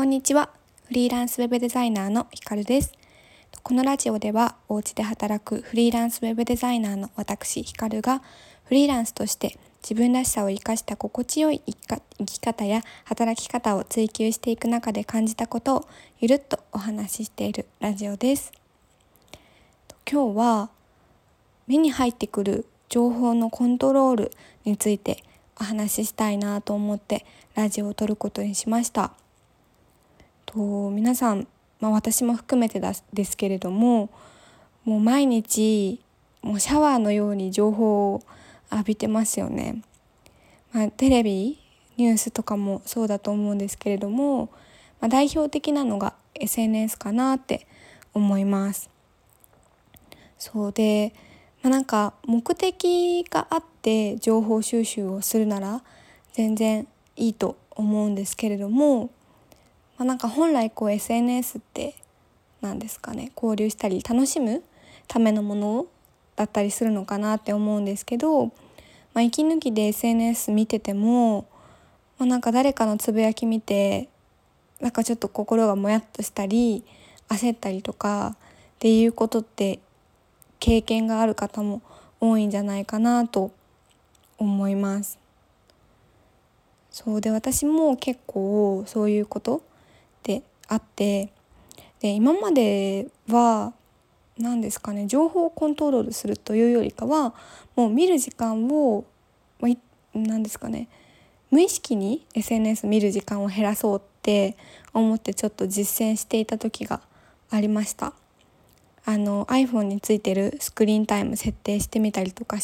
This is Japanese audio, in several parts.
こんにちは。フリーランスウェブデザイナーのひかるです。このラジオではお家で働くフリーランスウェブデザイナーの私ひかるがフリーランスとして自分らしさを生かした心地よい生き方や働き方を追求していく中で感じたことをゆるっとお話ししているラジオです。今日は目に入ってくる情報のコントロールについてお話ししたいなと思ってラジオを撮ることにしました。皆さん、私も含めてですけれども、もう毎日もうシャワーのように情報を浴びてますよね。テレビ、ニュースとかもそうだと思うんですけれども、代表的なのが SNS かなって思います。そうで、なんか目的があって情報収集をするなら全然いいと思うんですけれども、なんか本来SNS って何ですかね、交流したり楽しむためのものだったりするのかなって思うんですけど、息抜きで SNS 見てても、なんか誰かのつぶやき見てなんかちょっと心がもやっとしたり焦ったりとかっていうことって経験がある方も多いんじゃないかなと思います。そうで、私も結構そういうことってあって、で今までは何ですかね、情報をコントロールするというよりかはもう見る時間を何ですかね、無意識に SNS 見る時間を減らそうって思ってちょっと実践していた時がありました。iPhone についてるスクリーンタイム設定してみたりとかして、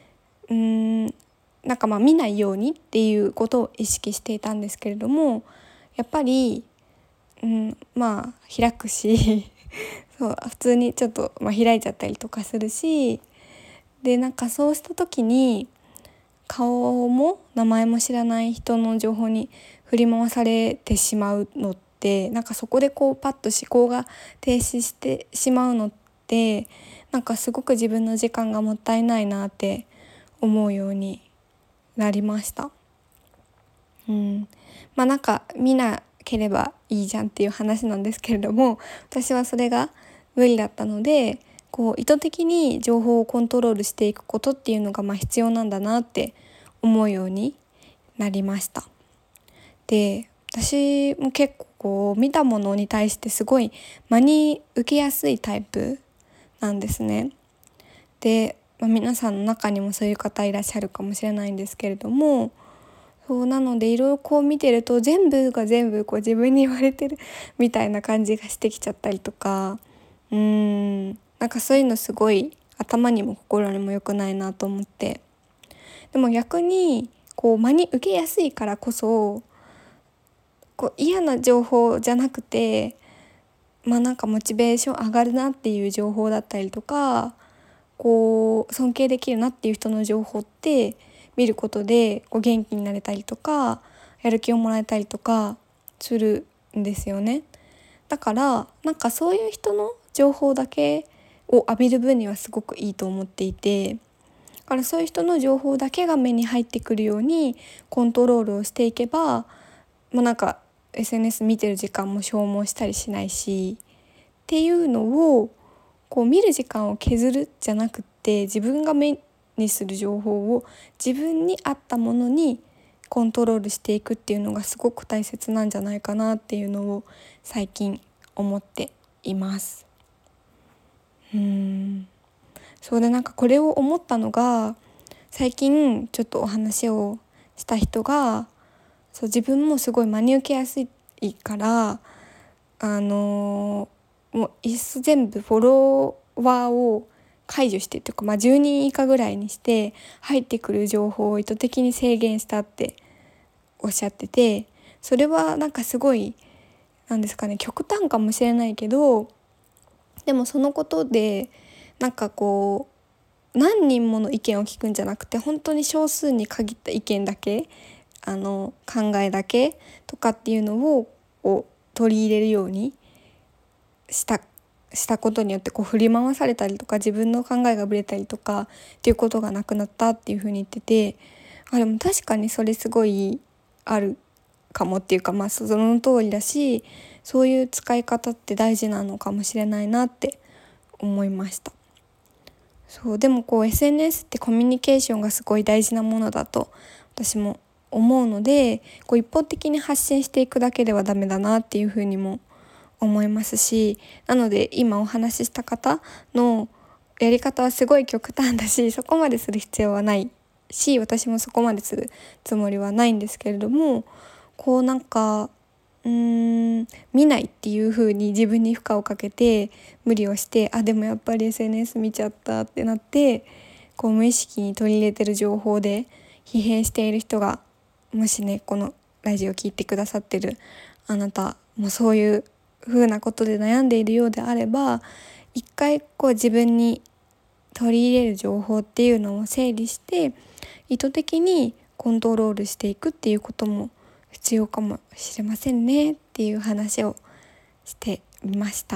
なんか見ないようにっていうことを意識していたんですけれども、やっぱり、開くしそう普通にちょっと、開いちゃったりとかするし、でなんかそうした時に顔も名前も知らない人の情報に振り回されてしまうのって、なんかそこでパッと思考が停止してしまうのって、なんかすごく自分の時間がもったいないなって思うようになりました。なんか見なければいいじゃんっていう話なんですけれども、私はそれが無理だったので、意図的に情報をコントロールしていくことっていうのが必要なんだなって思うようになりました。で、私も結構見たものに対してすごい真に受けやすいタイプなんですね。で、皆さんの中にもそういう方いらっしゃるかもしれないんですけれども、そうなのでいろいろ見てると全部が全部自分に言われてるみたいな感じがしてきちゃったりとか、なんかそういうのすごい頭にも心にも良くないなと思って、でも逆に真に受けやすいからこそ嫌な情報じゃなくて、なんかモチベーション上がるなっていう情報だったりとか、尊敬できるなっていう人の情報って見ることで元気になれたりとかやる気をもらえたりとかするんですよね。だからなんかそういう人の情報だけを浴びる分にはすごくいいと思っていて、だからそういう人の情報だけが目に入ってくるようにコントロールをしていけば、なんか SNS 見てる時間も消耗したりしないしっていうのを見る時間を削るじゃなくって、自分が目にする情報を自分に合ったものにコントロールしていくっていうのがすごく大切なんじゃないかなっていうのを最近思っています。そうで、なんかこれを思ったのが、最近ちょっとお話をした人が、自分もすごい真に受けやすいからもういっそ全部フォロワーを解除してというか、10人以下ぐらいにして入ってくる情報を意図的に制限したっておっしゃってて、それはなんかすごいなんですかね、極端かもしれないけど、でもそのことでなんか何人もの意見を聞くんじゃなくて、本当に少数に限った意見だけ考えだけとかっていうのを取り入れるようにしたことによって振り回されたりとか自分の考えがぶれたりとかっていうことがなくなったっていうふうに言ってて、でも確かにそれすごいあるかもっていうか、その通りだし、そういう使い方って大事なのかもしれないなって思いました。そうでもSNS ってコミュニケーションがすごい大事なものだと私も思うので、一方的に発信していくだけではダメだなっていうふうにも思いますし、なので今お話しした方のやり方はすごい極端だし、そこまでする必要はないし、私もそこまでするつもりはないんですけれども、なんか見ないっていう風に自分に負荷をかけて無理をして、でもやっぱり SNS 見ちゃったってなって、無意識に取り入れてる情報で疲弊している人が、もしねこのラジオ聞いてくださってるあなたもそういう風なことで悩んでいるようであれば、一回自分に取り入れる情報っていうのを整理して意図的にコントロールしていくっていうことも必要かもしれませんねっていう話をしてみました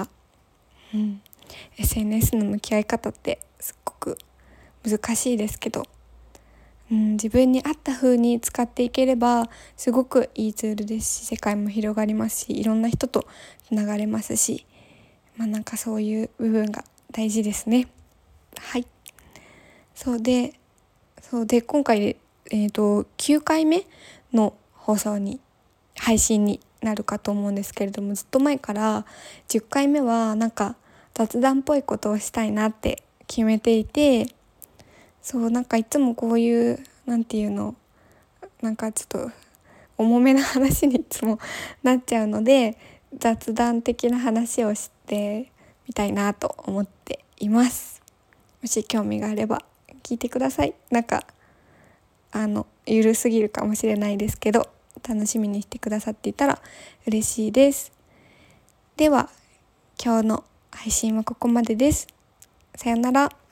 。SNS の向き合い方ってすっごく難しいですけど、自分に合った風に使っていければすごくいいツールですし、世界も広がりますし、いろんな人とつながれますし、なんかそういう部分が大事ですね。はい。そうで今回で、9回目の配信になるかと思うんですけれども、ずっと前から10回目はなんか雑談っぽいことをしたいなって決めていて、なんかいつもこういうなんていうの、なんかちょっと重めな話にいつもなっちゃうので、雑談的な話をしてみたいなと思っています。もし興味があれば聞いてください。なんかゆるすぎるかもしれないですけど、楽しみにしてくださっていたら嬉しいです。では今日の配信はここまでです。さよなら。